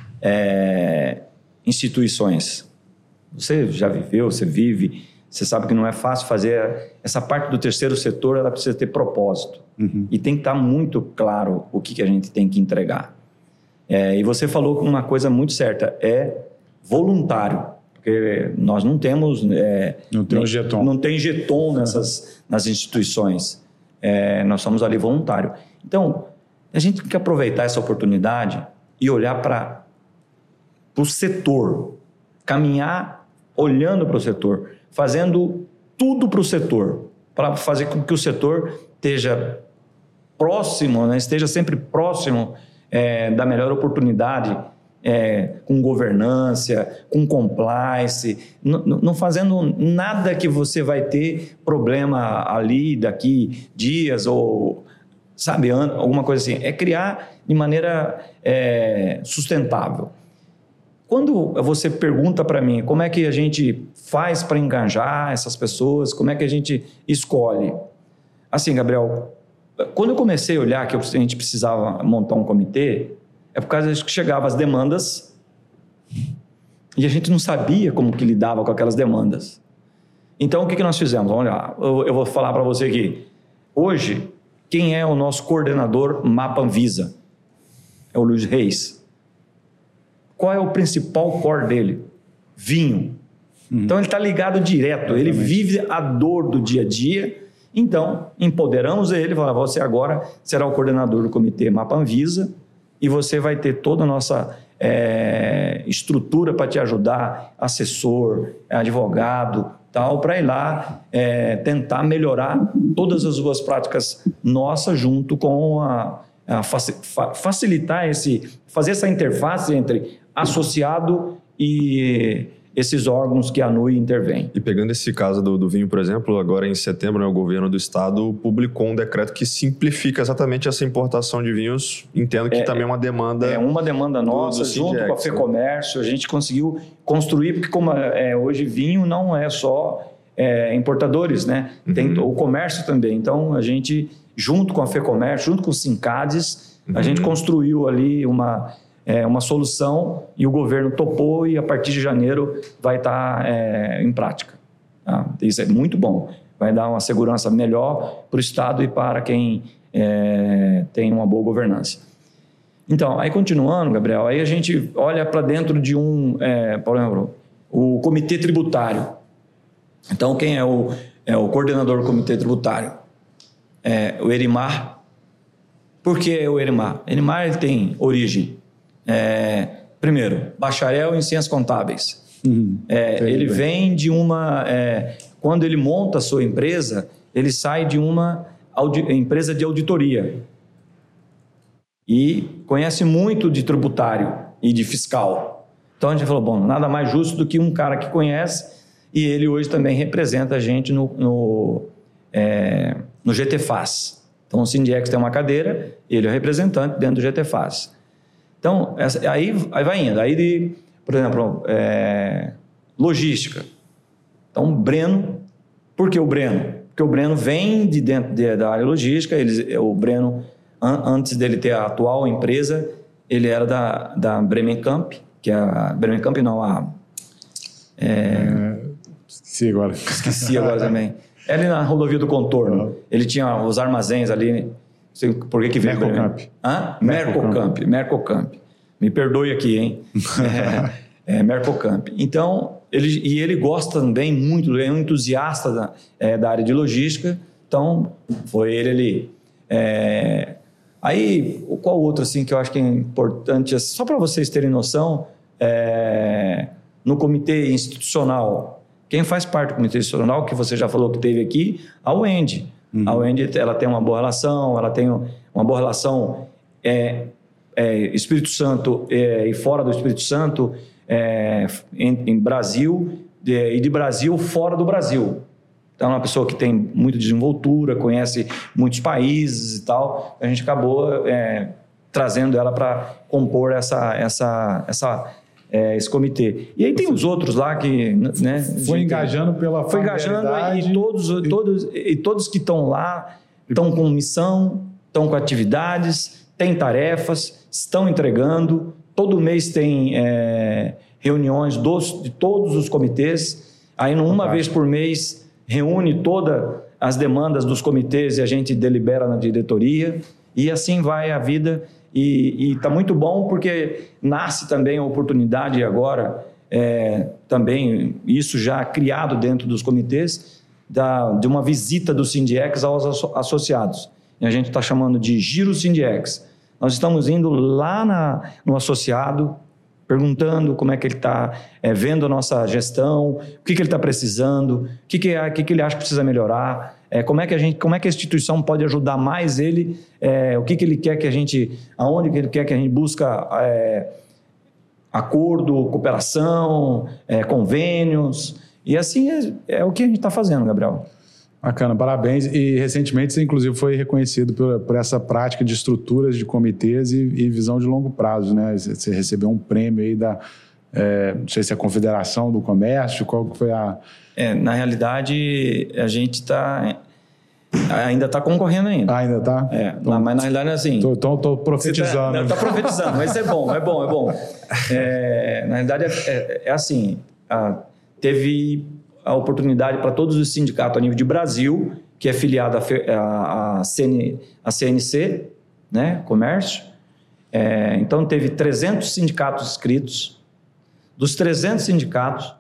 instituições. Você já viveu, você vive, você sabe que não é fácil fazer. Essa parte do terceiro setor, ela precisa ter propósito. Uhum. E tem que estar muito claro o que a gente tem que entregar. E você falou uma coisa muito certa, voluntário. Porque nós não temos... não tem jeton nas instituições. Nós somos ali voluntário. Então, a gente tem que aproveitar essa oportunidade e olhar para o setor. Caminhar olhando para o setor. Fazendo tudo para o setor. Para fazer com que o setor esteja próximo, né, esteja sempre próximo da melhor oportunidade, com governança, com compliance, não fazendo nada que você vai ter problema ali daqui dias ou, sabe, alguma coisa assim. É criar de maneira sustentável. Quando você pergunta para mim como é que a gente faz para engajar essas pessoas, como é que a gente escolhe? Assim, Gabriel, quando eu comecei a olhar que a gente precisava montar um comitê, por causa que chegavam as demandas e a gente não sabia como que lidava com aquelas demandas. Então, o que nós fizemos? Olha, eu vou falar para você aqui. Hoje, quem é o nosso coordenador Mapa Anvisa? É o Luiz Reis. Qual é o principal core dele? Vinho. Então, ele está ligado direto. Ele vive a dor do dia a dia. Então, empoderamos ele. Falamos, você agora será o coordenador do comitê Mapa Anvisa e você vai ter toda a nossa estrutura para te ajudar, assessor, advogado, tal, para ir lá tentar melhorar todas as boas práticas nossas junto com facilitar fazer essa interface entre associado e esses órgãos que a ANUI intervém. E pegando esse caso do vinho, por exemplo, agora em setembro, o governo do estado publicou um decreto que simplifica exatamente essa importação de vinhos. Entendo que também é uma demanda... É uma demanda nossa, junto com a FEComércio, a gente conseguiu construir, porque como hoje vinho não é só importadores, né? Tem o comércio também. Então, a gente, junto com a FEComércio, junto com o Sincades, a gente construiu ali uma solução e o governo topou e a partir de janeiro vai estar em prática. Tá? Isso é muito bom. Vai dar uma segurança melhor para o Estado e para quem tem uma boa governança. Então, aí continuando, Gabriel, aí a gente olha para dentro de por exemplo, o Comitê Tributário. Então, quem é o coordenador do Comitê Tributário? O Erimar. Por que o Erimar? Erimar ele tem origem. Primeiro, bacharel em ciências contábeis. Ele vem de uma... quando ele monta a sua empresa, ele sai de uma empresa de auditoria. E conhece muito de tributário e de fiscal. Então, a gente falou, bom, nada mais justo do que um cara que conhece, e ele hoje também representa a gente no GTFAS. Então, o Sindiex tem uma cadeira, ele é o representante dentro do GTFAS. Então, aí vai indo. Aí, por exemplo, logística. Então, Breno. Por que o Breno? Porque o Breno vem de dentro da área logística. O Breno, antes dele ter a atual empresa, ele era da Bremen Camp, que é a Bremen Camp, não, Esqueci agora também. É ali na rodovia do Contorno. Ele tinha os armazéns ali. Não sei por que veio. Mercocamp. Mercocamp. Me perdoe aqui, hein? Mercocamp. Então, ele gosta também muito, é um entusiasta da área de logística. Então, foi ele ali. Aí, qual outro assim, que eu acho que é importante? Só para vocês terem noção, no comitê institucional, Quem faz parte do comitê institucional, que você já falou que teve aqui, a UEND. A UEND, ela tem uma boa relação, Espírito Santo e fora do Espírito Santo, em Brasil, e de Brasil fora do Brasil. Então, é uma pessoa que tem muita desenvoltura, conhece muitos países e tal. A gente acabou trazendo ela para compor esse comitê. E aí tem os outros lá que... Né, foi engajando pela familiaridade. E todos que estão lá estão com missão, estão com atividades, têm tarefas, estão entregando. Todo mês tem reuniões de todos os comitês. Aí, uma vez por mês, reúne todas as demandas dos comitês e a gente delibera na diretoria. E assim vai a vida. E está muito bom porque nasce também a oportunidade agora, também isso já criado dentro dos comitês, de uma visita do Sindiex aos associados. E a gente está chamando de Giro Sindiex. Nós estamos indo lá no associado, perguntando como é que ele está vendo a nossa gestão, o que ele está precisando, o que ele acha que precisa melhorar, como é que a instituição pode ajudar mais ele, o que ele quer que a gente, aonde que ele quer que a gente busca acordo, cooperação, convênios, e assim é o que a gente está fazendo, Gabriel. Bacana, parabéns. E recentemente você, inclusive, foi reconhecido por essa prática de estruturas de comitês e visão de longo prazo, né? Você recebeu um prêmio aí não sei se é a Confederação do Comércio, qual que foi a... Na realidade, a gente ainda está concorrendo ainda. Ainda está? Mas na realidade é assim... Estou profetizando. Está profetizando, mas é bom. Na realidade é assim, teve a oportunidade para todos os sindicatos a nível de Brasil, que é filiado à CNC, né, Comércio. Então, teve 300 sindicatos inscritos. Dos 300 sindicatos,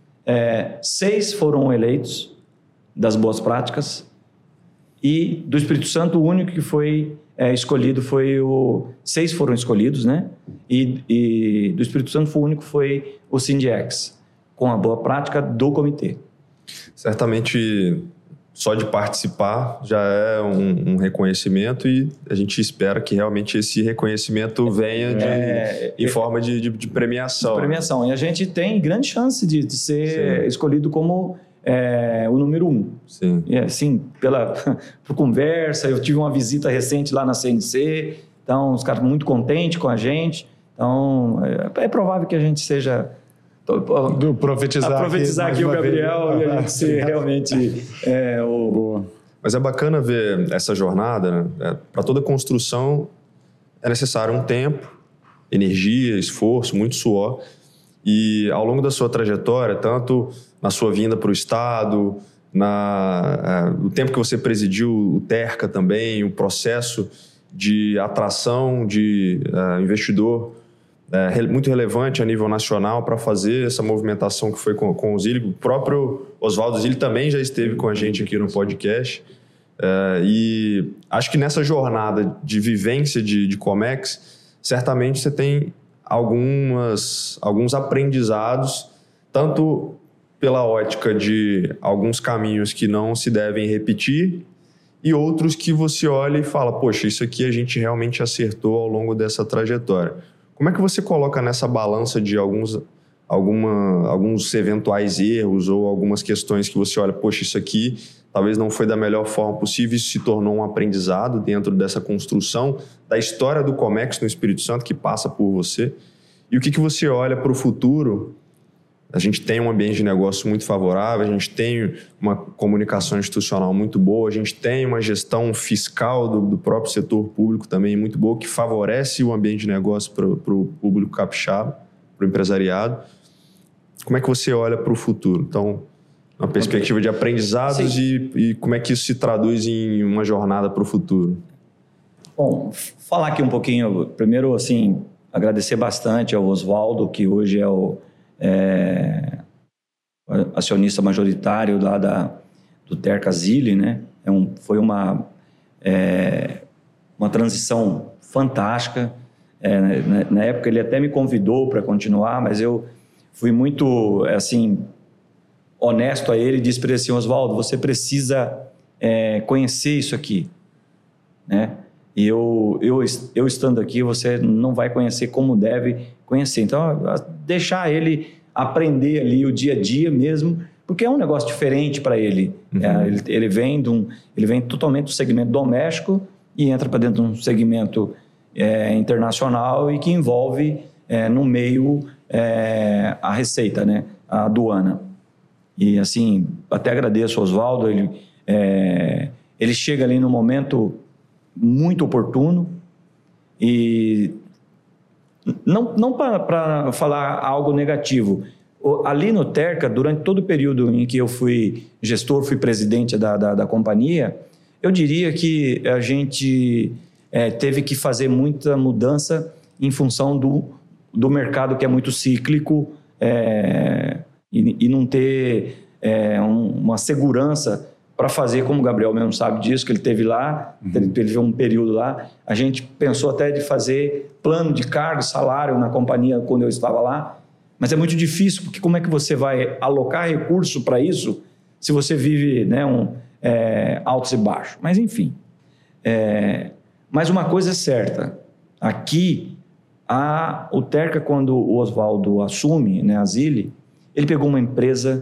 6 foram eleitos das boas práticas e do Espírito Santo, o único que foi escolhido foi 6 foram escolhidos, né? E do Espírito Santo, o único foi o Sindiex, com a boa prática do comitê. Certamente, só de participar já é um reconhecimento e a gente espera que realmente esse reconhecimento venha em forma de premiação. De premiação. E a gente tem grande chance de ser escolhido como o número 1. Sim. E assim, por conversa, eu tive uma visita recente lá na CNC, então os caras muito contentes com a gente. Então, é provável que a gente seja... profetizar aqui o Gabriel e a gente ser realmente Mas é bacana ver essa jornada, né? Para toda construção é necessário um tempo, energia, esforço, muito suor. E ao longo da sua trajetória, tanto na sua vinda para o Estado, o tempo que você presidiu o TERCA também, o processo de atração de investidor muito relevante a nível nacional para fazer essa movimentação que foi com o Zilli. O próprio Oswaldo Zilli também já esteve com a gente aqui no podcast. E acho que nessa jornada de vivência de Comex, certamente você tem alguns aprendizados, tanto pela ótica de alguns caminhos que não se devem repetir e outros que você olha e fala, poxa, isso aqui a gente realmente acertou ao longo dessa trajetória. Como é que você coloca nessa balança de alguns eventuais erros ou algumas questões que você olha, poxa, isso aqui talvez não foi da melhor forma possível, isso se tornou um aprendizado dentro dessa construção da história do Comex no Espírito Santo que passa por você? E o que você olha para o futuro? A gente tem um ambiente de negócio muito favorável, a gente tem uma comunicação institucional muito boa, a gente tem uma gestão fiscal do próprio setor público também muito boa, que favorece o ambiente de negócio para o público capixaba, para o empresariado. Como é que você olha para o futuro? Então, uma perspectiva de aprendizados e como é que isso se traduz em uma jornada para o futuro? Bom, falar aqui um pouquinho, primeiro, assim, agradecer bastante ao Oswaldo, que hoje é o acionista majoritário lá do TERCA Zilli, né? Foi uma transição fantástica. Na época ele até me convidou para continuar, mas eu fui muito, assim, honesto a ele, disse para ele assim: Oswaldo, você precisa conhecer isso aqui, né? E eu estando aqui, você não vai conhecer como deve conhecer. Então, deixar ele aprender ali o dia a dia mesmo, porque é um negócio diferente para ele. Ele vem totalmente do segmento doméstico e entra para dentro de um segmento internacional e que envolve no meio a receita, né? A aduana. E assim, até agradeço ao Oswaldo, ele chega ali no momento muito oportuno e não para falar algo negativo. Ali no Terca, durante todo o período em que eu fui gestor, fui presidente da companhia, eu diria que a gente teve que fazer muita mudança em função do mercado que é muito cíclico e não ter uma segurança para fazer, como o Gabriel mesmo sabe disso, que ele teve lá, ele teve um período lá. A gente pensou até de fazer plano de cargo, salário na companhia quando eu estava lá, mas é muito difícil, porque como é que você vai alocar recurso para isso se você vive, né, altos e baixos? Mas enfim, mas uma coisa é certa, aqui o Terca, quando o Oswaldo assume, né, a Zilli, ele pegou uma empresa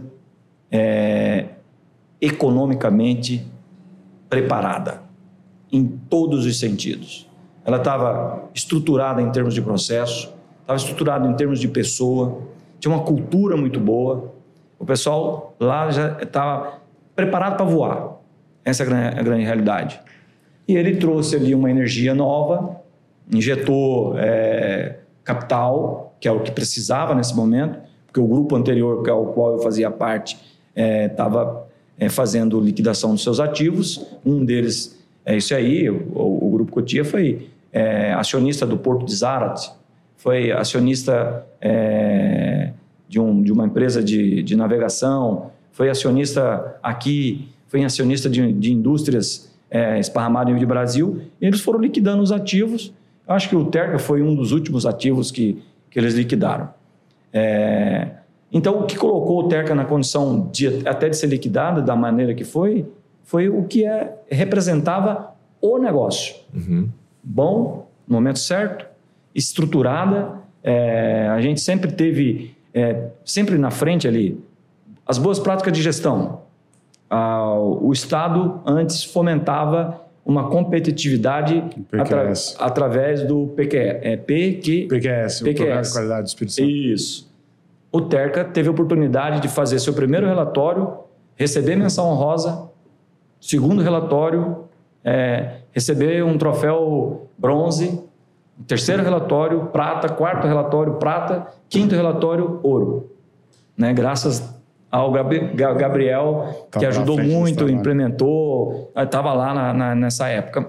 economicamente preparada em todos os sentidos. Ela estava estruturada em termos de processo, estava estruturada em termos de pessoa, tinha uma cultura muito boa. O pessoal lá já estava preparado para voar. Essa é a grande realidade. E ele trouxe ali uma energia nova, injetou capital, que é o que precisava nesse momento, porque o grupo anterior, que é o qual eu fazia parte, estava fazendo liquidação dos seus ativos. Um deles é isso aí. O Grupo Cotia foi acionista do Porto de Zárate, foi acionista de uma empresa de navegação, foi acionista aqui, foi acionista de indústrias esparramadas no Brasil, e eles foram liquidando os ativos. Eu acho que o Terca foi um dos últimos ativos que eles liquidaram. Então, o que colocou o Terca na condição até de ser liquidada da maneira que foi o que representava o negócio. Bom, no momento certo, estruturada. A gente sempre teve, sempre na frente ali, as boas práticas de gestão. O Estado antes fomentava uma competitividade através do PQS. Programa de Qualidade do Espírito Santo. Isso. O Terca teve a oportunidade de fazer seu primeiro relatório, receber menção honrosa, segundo relatório, receber um troféu bronze, terceiro relatório, prata, quarto relatório, prata, quinto relatório, ouro. Né? Graças ao Gabriel, que ajudou muito, implementou, estava lá nessa época.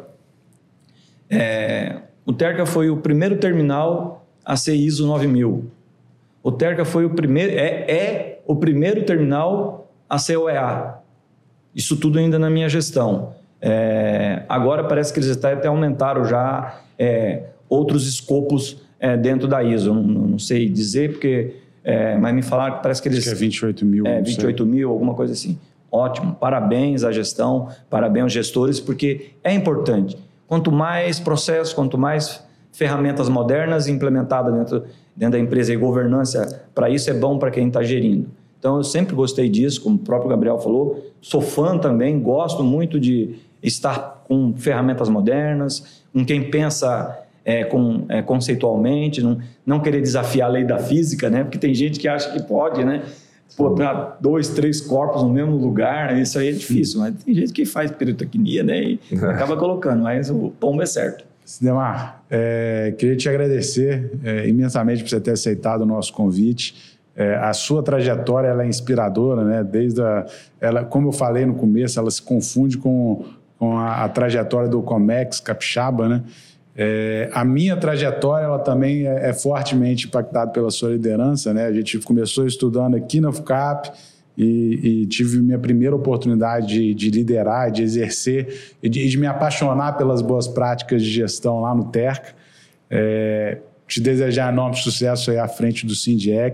O Terca foi o primeiro terminal a ser ISO 9000. O Terca foi o primeiro, o primeiro terminal a ser OEA. Isso tudo ainda na minha gestão. Agora parece que eles até aumentaram já outros escopos dentro da ISO. Não sei dizer, porque... mas me falaram que parece que eles... Acho que é 28 mil. 28 mil, alguma coisa assim. Ótimo. Parabéns à gestão, parabéns aos gestores, porque é importante. Quanto mais processos, quanto mais ferramentas modernas implementadas dentro da empresa e governança, para isso é bom para quem está gerindo. Então, eu sempre gostei disso, como o próprio Gabriel falou. Sou fã também, gosto muito de estar com ferramentas modernas, com quem pensa conceitualmente, não querer desafiar a lei da física, né? Porque tem gente que acha que pode, né? Botar 2, 3 corpos no mesmo lugar, isso aí é difícil, mas tem gente que faz pirotecnia, né? E acaba colocando, mas o pombo é certo. Sidemar, queria te agradecer imensamente por você ter aceitado o nosso convite. A sua trajetória ela é inspiradora, né? Como eu falei no começo, ela se confunde com a trajetória do Comex Capixaba, né? A minha trajetória ela também é fortemente impactada pela sua liderança, né? A gente começou estudando aqui na FUCAP e tive minha primeira oportunidade de liderar, de exercer e de me apaixonar pelas boas práticas de gestão lá no Terca. Te desejar enorme sucesso aí à frente do Sindiex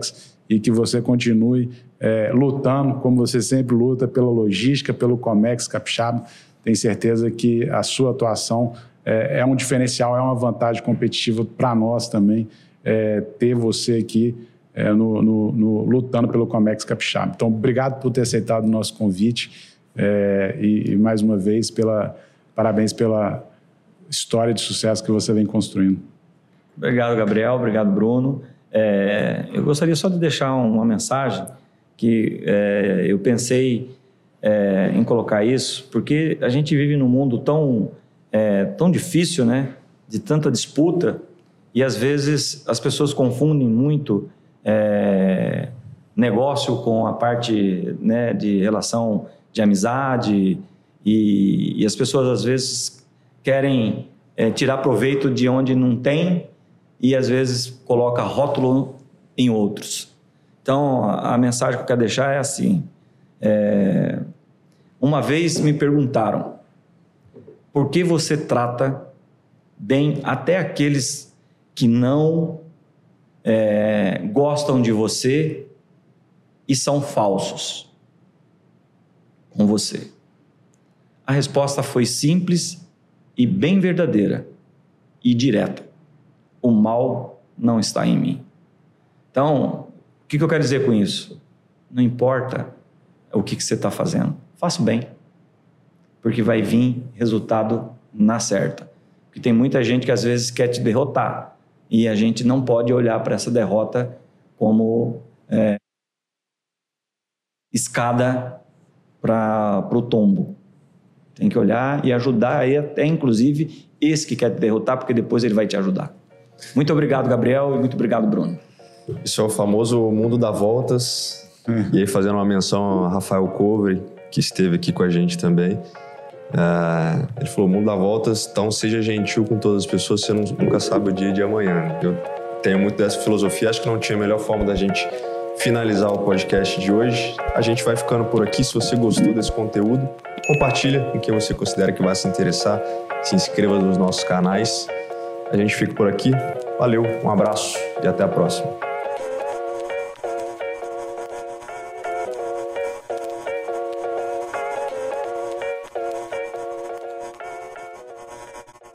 e que você continue lutando, como você sempre luta, pela logística, pelo Comex Capixaba. Tenho certeza que a sua atuação é um diferencial, é uma vantagem competitiva para nós também, ter você aqui lutando pelo Comex Capixaba. Então, obrigado por ter aceitado o nosso convite e mais uma vez, parabéns pela história de sucesso que você vem construindo. Obrigado, Gabriel. Obrigado, Bruno. Eu gostaria só de deixar uma mensagem que eu pensei em colocar isso, porque a gente vive num mundo tão difícil, né? De tanta disputa, e às vezes as pessoas confundem muito negócio com a parte, né, de relação de amizade, e as pessoas às vezes querem tirar proveito de onde não tem e às vezes coloca rótulo em outros. Então a mensagem que eu quero deixar é assim: uma vez me perguntaram por que você trata bem até aqueles que não gostam de você e são falsos com você. A resposta foi simples e bem verdadeira e direta: o mal não está em mim. Então, o que eu quero dizer com isso? Não importa o que você está fazendo, faça o bem, porque vai vir resultado na certa. Porque tem muita gente que às vezes quer te derrotar, e a gente não pode olhar para essa derrota como escada para o tombo. Tem que olhar e ajudar aí até, inclusive, esse que quer te derrotar, porque depois ele vai te ajudar. Muito obrigado, Gabriel, e muito obrigado, Bruno. Isso é o famoso mundo dá voltas. E aí, fazendo uma menção a Rafael Covre, que esteve aqui com a gente também. Ele falou: mundo dá voltas, então seja gentil com todas as pessoas, você nunca sabe o dia de amanhã. Eu tenho muito dessa filosofia, acho que não tinha a melhor forma da gente finalizar o podcast de hoje. A gente vai ficando por aqui. Se você gostou desse conteúdo, compartilha com quem você considera que vai se interessar, se inscreva nos nossos canais. A gente fica por aqui. Valeu, um abraço e até a próxima.